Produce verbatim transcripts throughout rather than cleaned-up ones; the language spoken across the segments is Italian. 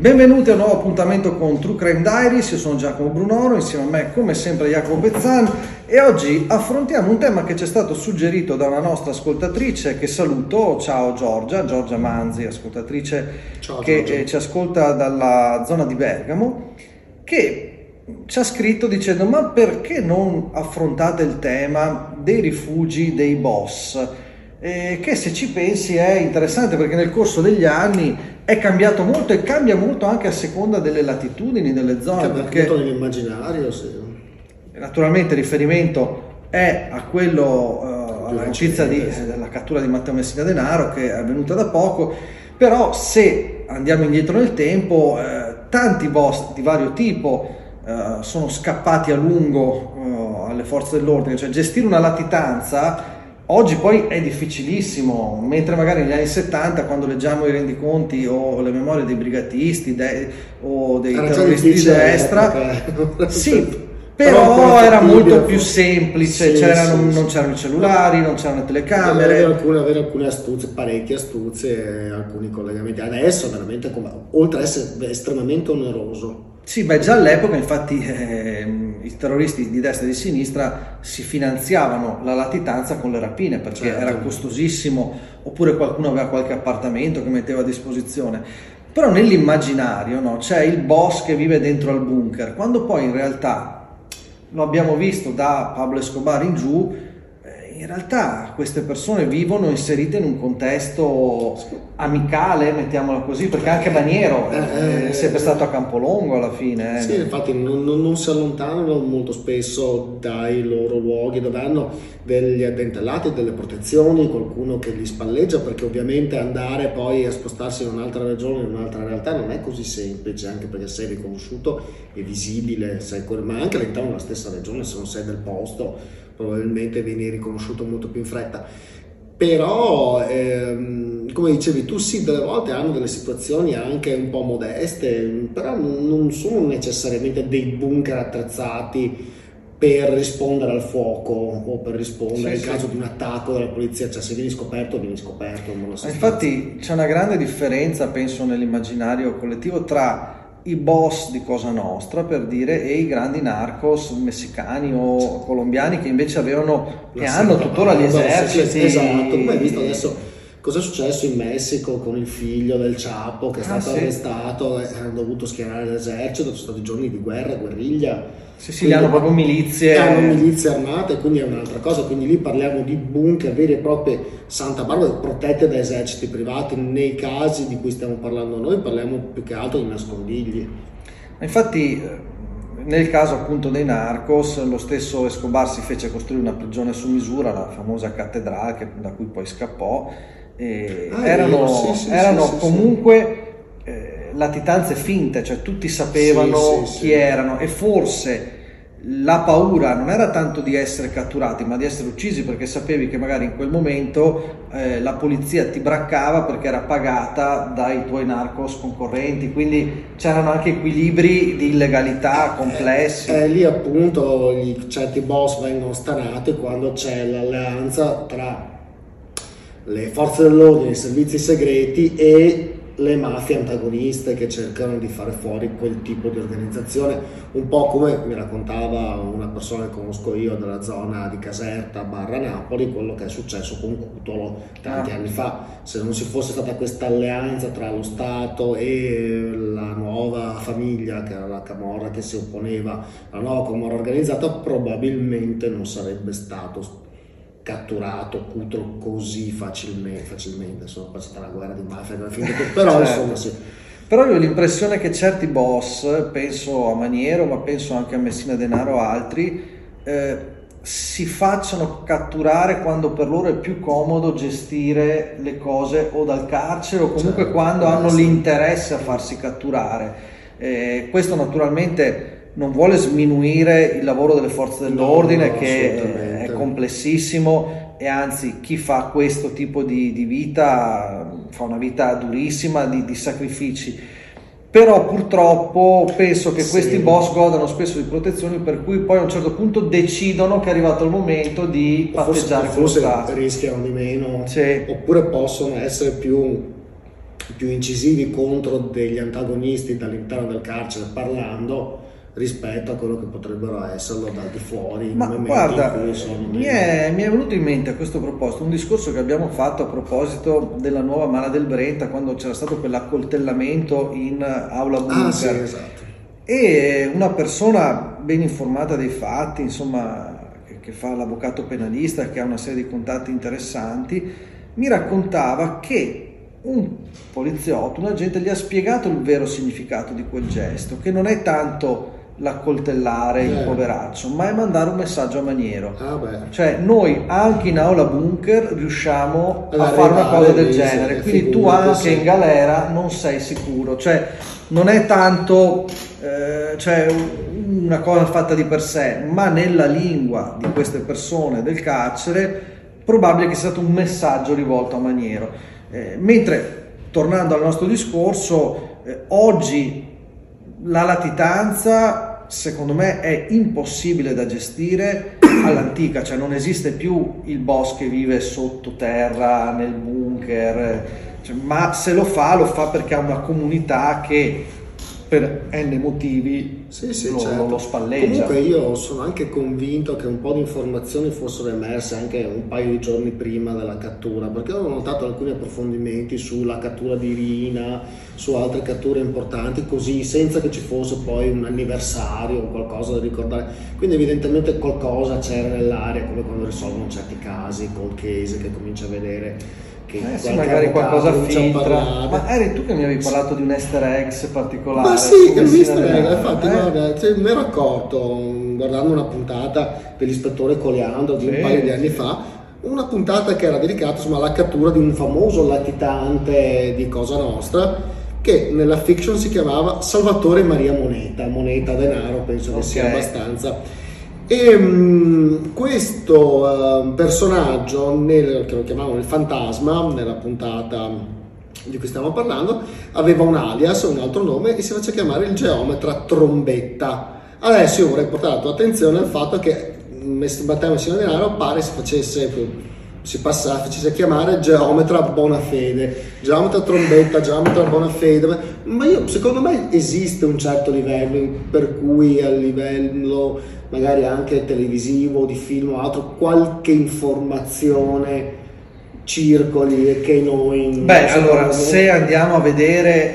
Benvenuti a un nuovo appuntamento con True Crime Diaries. Io sono Giacomo Brunoro, insieme a me come sempre Jacopo Bezzan, e oggi affrontiamo un tema che ci è stato suggerito da una nostra ascoltatrice che saluto. Ciao Giorgia, Giorgia Manzi, ascoltatrice Ciao, che Giorgia. eh, ci ascolta dalla zona di Bergamo, che ci ha scritto dicendo: ma perché non affrontate il tema dei rifugi dei boss? Eh, che se ci pensi è interessante, perché nel corso degli anni è cambiato molto e cambia molto anche a seconda delle latitudini, delle zone. Cambia Perché molto nell'immaginario, sì. naturalmente il riferimento è a quello, uh, alla notizia di, recente, sì. della cattura di Matteo Messina Denaro, che è avvenuta da poco. Però se andiamo indietro nel tempo, eh, tanti boss di vario tipo eh, sono scappati a lungo eh, alle forze dell'ordine. Cioè gestire una latitanza oggi poi è difficilissimo, mentre magari negli anni settanta, quando leggiamo i rendiconti o le memorie dei brigatisti de- o dei Era già terroristi di difficile destra, all'epoca. sì, Però però era fattibile, molto più forse. semplice, Sì, c'erano- sì, non sì. c'erano i cellulari, non c'erano le Avere telecamere. alcune, avere alcune astuzie, parecchie astuzie, e alcuni collegamenti. Adesso veramente, come, oltre ad essere estremamente oneroso. Sì, beh, già all'epoca infatti ehm, i terroristi di destra e di sinistra si finanziavano la latitanza con le rapine, perché Certo. era costosissimo, oppure qualcuno aveva qualche appartamento che metteva a disposizione. Però nell'immaginario, no, c'è il boss che vive dentro al bunker, quando poi in realtà, lo abbiamo visto da Pablo Escobar in giù, eh, in realtà queste persone vivono inserite in un contesto amicale, mettiamola così, perché anche Maniero Eh, eh, eh, è sempre stato a Campolongo alla fine. eh. Sì, infatti non, non- non si allontanano molto spesso dai loro luoghi, dove hanno degli addentellati, delle protezioni, qualcuno che li spalleggia, perché ovviamente andare poi a spostarsi in un'altra regione, in un'altra realtà non è così semplice, anche perché sei riconosciuto e visibile, sei, ma anche all'interno della stessa regione, se non sei del posto, probabilmente vieni riconosciuto molto più in fretta. Però, ehm, come dicevi tu, sì, delle volte hanno delle situazioni anche un po' modeste, però non non sono necessariamente dei bunker attrezzati per rispondere al fuoco o per rispondere Sì, in caso sì. di un attacco della polizia. Cioè, se vieni scoperto, vieni scoperto. Non lo so. Ma infatti c'è una grande differenza, penso, nell'immaginario collettivo tra i boss di Cosa Nostra, per dire, e i grandi narcos messicani o colombiani, che invece avevano e La hanno Santa tuttora gli Barbara, eserciti. sì, esatto, come hai visto adesso cosa è successo in Messico con il figlio del Chapo che è Ah, stato sì. arrestato e hanno dovuto schierare l'esercito, sono stati giorni di guerra, guerriglia. Sì, sì, li hanno proprio milizie. Hanno milizie armate, quindi è un'altra cosa. Quindi lì parliamo di bunker veri e propri Santa Barbara protette da eserciti privati. Nei casi di cui stiamo parlando noi parliamo più che altro di nascondigli. Infatti, eh, nel caso appunto dei narcos, lo stesso Escobar si fece costruire una prigione su misura, la famosa cattedrale, che- da cui poi scappò. E Ah, è erano vero, sì, sì, erano sì, sì, comunque eh, latitanze finte, cioè tutti sapevano Sì, sì, chi sì. erano, e forse la paura non era tanto di essere catturati, ma di essere uccisi, perché sapevi che magari in quel momento eh, la polizia ti braccava perché era pagata dai tuoi narcos concorrenti, quindi c'erano anche equilibri di illegalità complessi. E lì appunto i certi boss vengono stanati quando c'è l'alleanza tra le forze dell'ordine, i servizi segreti e le mafie antagoniste che cercano di fare fuori quel tipo di organizzazione, un po' come mi raccontava una persona che conosco io della zona di Caserta barra Napoli, quello che è successo con Cutolo tanti Ah. anni fa. Se non ci fosse stata questa alleanza tra lo Stato e la nuova famiglia, che era la Camorra che si opponeva alla nuova Camorra organizzata, probabilmente non sarebbe stato catturato Cutolo così facilmente, facilmente. Insomma, poi c'è stata la guerra di mafia alla fine, però Certo. insomma sì. Però io ho l'impressione che certi boss, penso a Maniero, ma penso anche a Messina Denaro o altri, eh, si facciano catturare quando per loro è più comodo gestire le cose o dal carcere, o comunque Certo, quando può hanno essere. l'interesse a farsi catturare. Eh, questo naturalmente non vuole sminuire il lavoro delle forze dell'ordine, No, no, che assolutamente. è complessissimo, e anzi chi fa questo tipo di, di vita fa una vita durissima di, di sacrifici. Però purtroppo penso che Sì. questi boss godano spesso di protezioni, per cui poi a un certo punto decidono che è arrivato il momento di O forse, patteggiare o con lo forse Stato. rischiano di meno, Sì. oppure possono essere più più incisivi contro degli antagonisti dall'interno del carcere parlando, rispetto a quello che potrebbero esserlo dal di fuori. Ma guarda, mi è, mi è venuto in mente a questo proposito un discorso che abbiamo fatto a proposito della nuova Mala del Brenta, quando c'era stato quell'accoltellamento in aula bunker. Ah, sì, esatto. E una persona ben informata dei fatti, insomma, che, che fa l'avvocato penalista, che ha una serie di contatti interessanti, mi raccontava che un poliziotto, un agente, gli ha spiegato il vero significato di quel gesto, che non è tanto l'accoltellare il poveraccio, ma è mandare un messaggio a Maniero. Ah, beh. Cioè noi anche in aula bunker riusciamo a Allora, fare una cosa del lì, genere, sì, quindi tu figurati, anche sì. in galera non sei sicuro, cioè non è tanto eh, cioè una cosa fatta di per sé, ma nella lingua di queste persone del carcere probabile che sia stato un messaggio rivolto a Maniero. Eh, mentre, tornando al nostro discorso, eh, oggi la latitanza secondo me è impossibile da gestire all'antica, cioè non esiste più il boss che vive sottoterra nel bunker, eh, cioè, ma se lo fa lo fa perché ha una comunità che per n motivi sì, sì, lo, certo. lo spalleggia. Comunque io sono anche convinto che un po' di informazioni fossero emerse anche un paio di giorni prima della cattura, perché ho notato alcuni approfondimenti sulla cattura di Rina, su altre catture importanti, così senza che ci fosse poi un anniversario o qualcosa da ricordare, quindi evidentemente qualcosa c'era nell'aria, come quando risolvono certi casi, cold case, che cominci a vedere che Eh sì, magari qualcosa filtra. Ma eri tu che mi avevi sì. parlato di un easter egg particolare? Ma sì, che un easter egg, infatti, eh? guarda, cioè, mi ero accorto guardando una puntata dell'ispettore Coliandro di Sì, un paio di anni sì. fa, una puntata che era dedicata insomma, alla cattura di un famoso latitante di Cosa Nostra, che nella fiction si chiamava Salvatore Maria Moneta, moneta denaro, penso Okay. che sia abbastanza. E um, questo uh, personaggio, nel, che lo chiamavano il fantasma, nella puntata di cui stiamo parlando, aveva un alias, un altro nome, e si faceva chiamare il geometra Trombetta. Adesso io vorrei portare la tua attenzione al fatto che Matteo Messina Denaro pare si facesse, si passa, facesse chiamare geometra Bonafede, geometra Trombetta, geometra Bonafede, ma io, secondo me esiste un certo livello per cui a livello magari anche televisivo, di film o altro, qualche informazione circoli e che noi... Beh, allora, se andiamo a vedere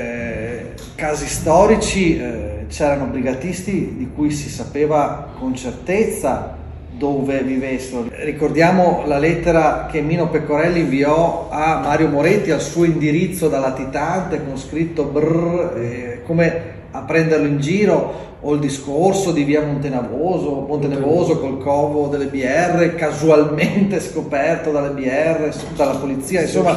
eh, casi storici, eh, c'erano brigatisti di cui si sapeva con certezza dove vivessero. Ricordiamo la lettera che Mino Pecorelli inviò a Mario Moretti al suo indirizzo da latitante con scritto brrr, eh, come a prenderlo in giro, o il discorso di via Montenevoso, Montenevoso col covo delle B R casualmente scoperto dalle B R, dalla polizia, insomma,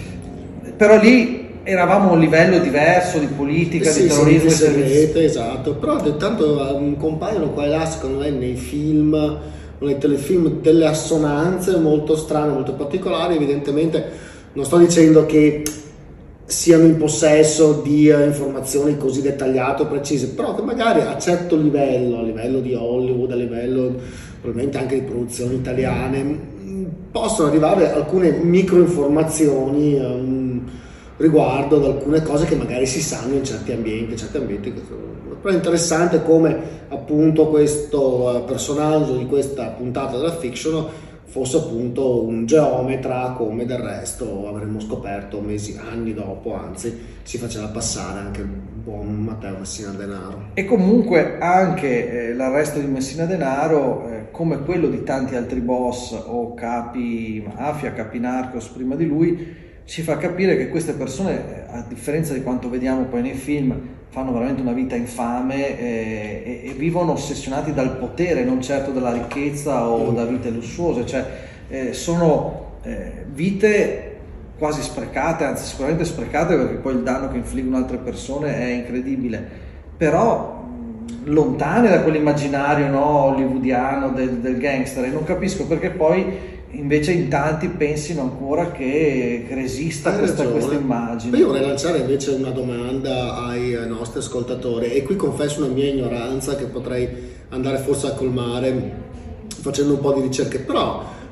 però lì eravamo a un livello diverso di politica, sì, di terrorismo e segrete, esatto, però tanto compaiono qua e là secondo me nei film, nei telefilm, delle assonanze molto strane, molto particolari. Evidentemente non sto dicendo che siano in possesso di uh, informazioni così dettagliate o precise, però che magari a certo livello, a livello di Hollywood, a livello probabilmente anche di produzioni italiane, mh, possono arrivare alcune micro informazioni um, riguardo ad alcune cose che magari si sanno in certi ambienti, certi ambienti che sono... Però è interessante come appunto questo uh, personaggio di questa puntata della fiction fosse appunto un geometra, come del resto avremmo scoperto mesi, anni dopo, anzi si faceva passare anche il buon Matteo Messina Denaro. E comunque anche eh, l'arresto di Messina Denaro, eh, come quello di tanti altri boss o capi mafia, capi narcos prima di lui, ci fa capire che queste persone, a differenza di quanto vediamo poi nei film, fanno veramente una vita infame eh, e, e vivono ossessionati dal potere, non certo dalla ricchezza o da vite lussuose, cioè eh, sono eh, vite quasi sprecate, anzi sicuramente sprecate, perché poi il danno che infliggono altre persone è incredibile, però mh, lontane da quell'immaginario, no, hollywoodiano del, del gangster, e non capisco perché poi invece in tanti pensino ancora che, che resista questa, questa immagine. Io vorrei lanciare invece una domanda ai nostri ascoltatori, e qui confesso una mia ignoranza che potrei andare forse a colmare facendo un po' di ricerche, però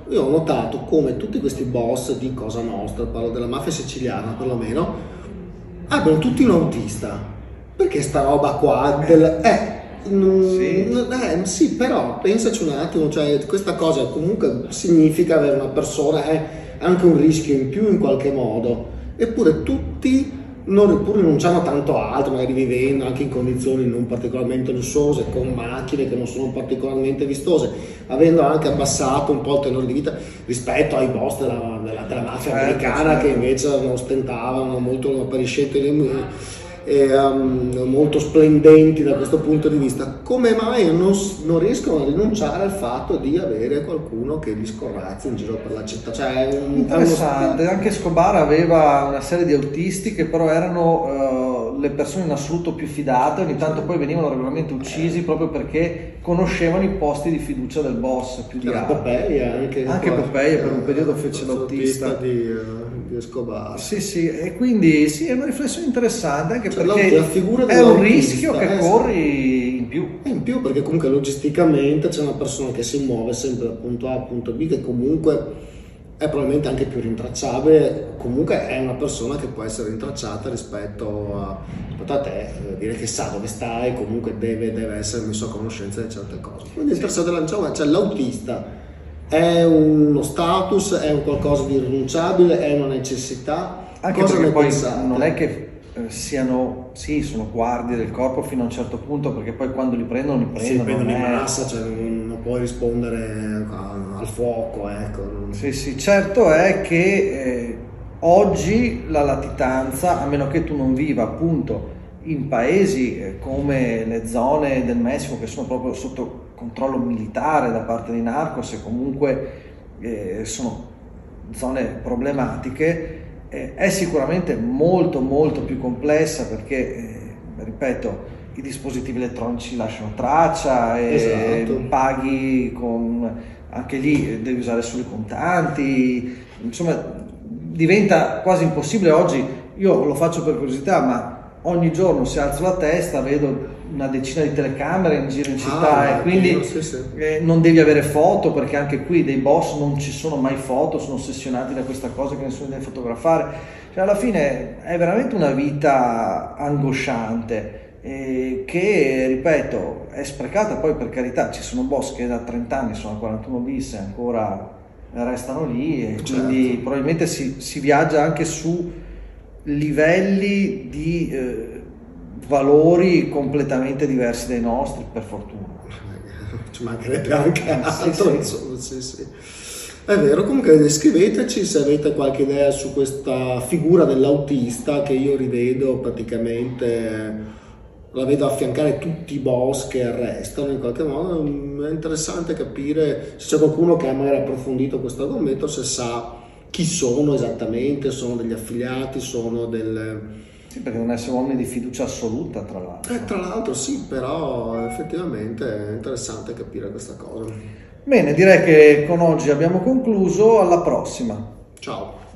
io ho notato come tutti questi boss di Cosa Nostra, parlo della mafia siciliana perlomeno, abbiano tutti un autista. Perché sta roba qua del... Eh, non, Sì. eh, sì, però pensaci un attimo, cioè questa cosa comunque significa avere una persona, è anche un rischio in più in qualche modo, eppure tutti, non, pur rinunciando a tanto altro, magari vivendo anche in condizioni non particolarmente lussuose, con macchine che non sono particolarmente vistose, avendo anche abbassato un po' il tenore di vita rispetto ai boss della, della, della mafia Certo, americana, certo. che invece ostentavano molto appariscenti e, um, molto splendenti da questo punto di vista. Come mai non, non riescono a rinunciare al fatto di avere qualcuno che li scorrazzi in giro per la città? Cioè, è un, Interessante, è uno... anche Escobar aveva una serie di autisti che però erano uh, le persone in assoluto più fidate, ogni tanto poi venivano regolarmente uccisi proprio perché conoscevano i posti di fiducia del boss più di altri. Popeye anche, Anche poi, Popeye per un periodo eh, fece l'autista di, uh, di Escobar. Sì, sì, e quindi sì, è una riflessione interessante anche Cioè, perché la figura è un dell'autista, rischio che eh, corri in più. E in più perché comunque logisticamente c'è una persona che si muove sempre dal punto A al punto B, che comunque è probabilmente anche più rintracciabile, comunque è una persona che può essere rintracciata rispetto a, rispetto a te, eh, dire che sa dove stai, comunque deve, deve essere messo a conoscenza di certe cose. Quindi il terzo della diciamo, cioè l'autista è uno status, è un qualcosa di irrinunciabile, è una necessità. Anche Cosa perché ne poi pensate? non è che eh, siano, sì, sono guardie del corpo fino a un certo punto, perché poi quando li prendono, li Si prendono. prendono in non è- massa, cioè non, non puoi rispondere a- al fuoco, ecco. Sì, sì, certo è che eh, oggi la latitanza, a meno che tu non viva appunto in paesi eh, come le zone del Messico che sono proprio sotto controllo militare da parte dei narcos e comunque eh, sono zone problematiche, eh, è sicuramente molto molto più complessa perché, eh, ripeto, i dispositivi elettronici lasciano traccia e Esatto. paghi con... anche lì devi usare solo i contanti, insomma diventa quasi impossibile. Oggi io lo faccio per curiosità, ma ogni giorno se alzo la testa vedo una decina di telecamere in giro in città Ah, e quindi io, sì, sì. eh, non devi avere foto perché anche qui dei boss non ci sono mai foto, sono ossessionati da questa cosa che nessuno deve fotografare, cioè alla fine è veramente una vita angosciante. Eh, che ripeto è sprecata. Poi per carità ci sono boss che da trenta anni sono a quarantuno bis e ancora restano lì e Certo. quindi probabilmente si, si viaggia anche su livelli di eh, valori completamente diversi dai nostri, per fortuna. Ci mancherebbe anche altro, sì. insomma, sì, sì. È vero, comunque scriveteci se avete qualche idea su questa figura dell'autista che io rivedo praticamente, la vedo affiancare tutti i boss che arrestano in qualche modo. È interessante capire se c'è qualcuno che ha magari approfondito questo argomento, se sa chi sono esattamente, sono degli affiliati, sono del... Sì, perché non essere uomini di fiducia assoluta, tra l'altro. Eh, tra l'altro sì, però effettivamente è interessante capire questa cosa. Bene, direi che con oggi abbiamo concluso, alla prossima. Ciao.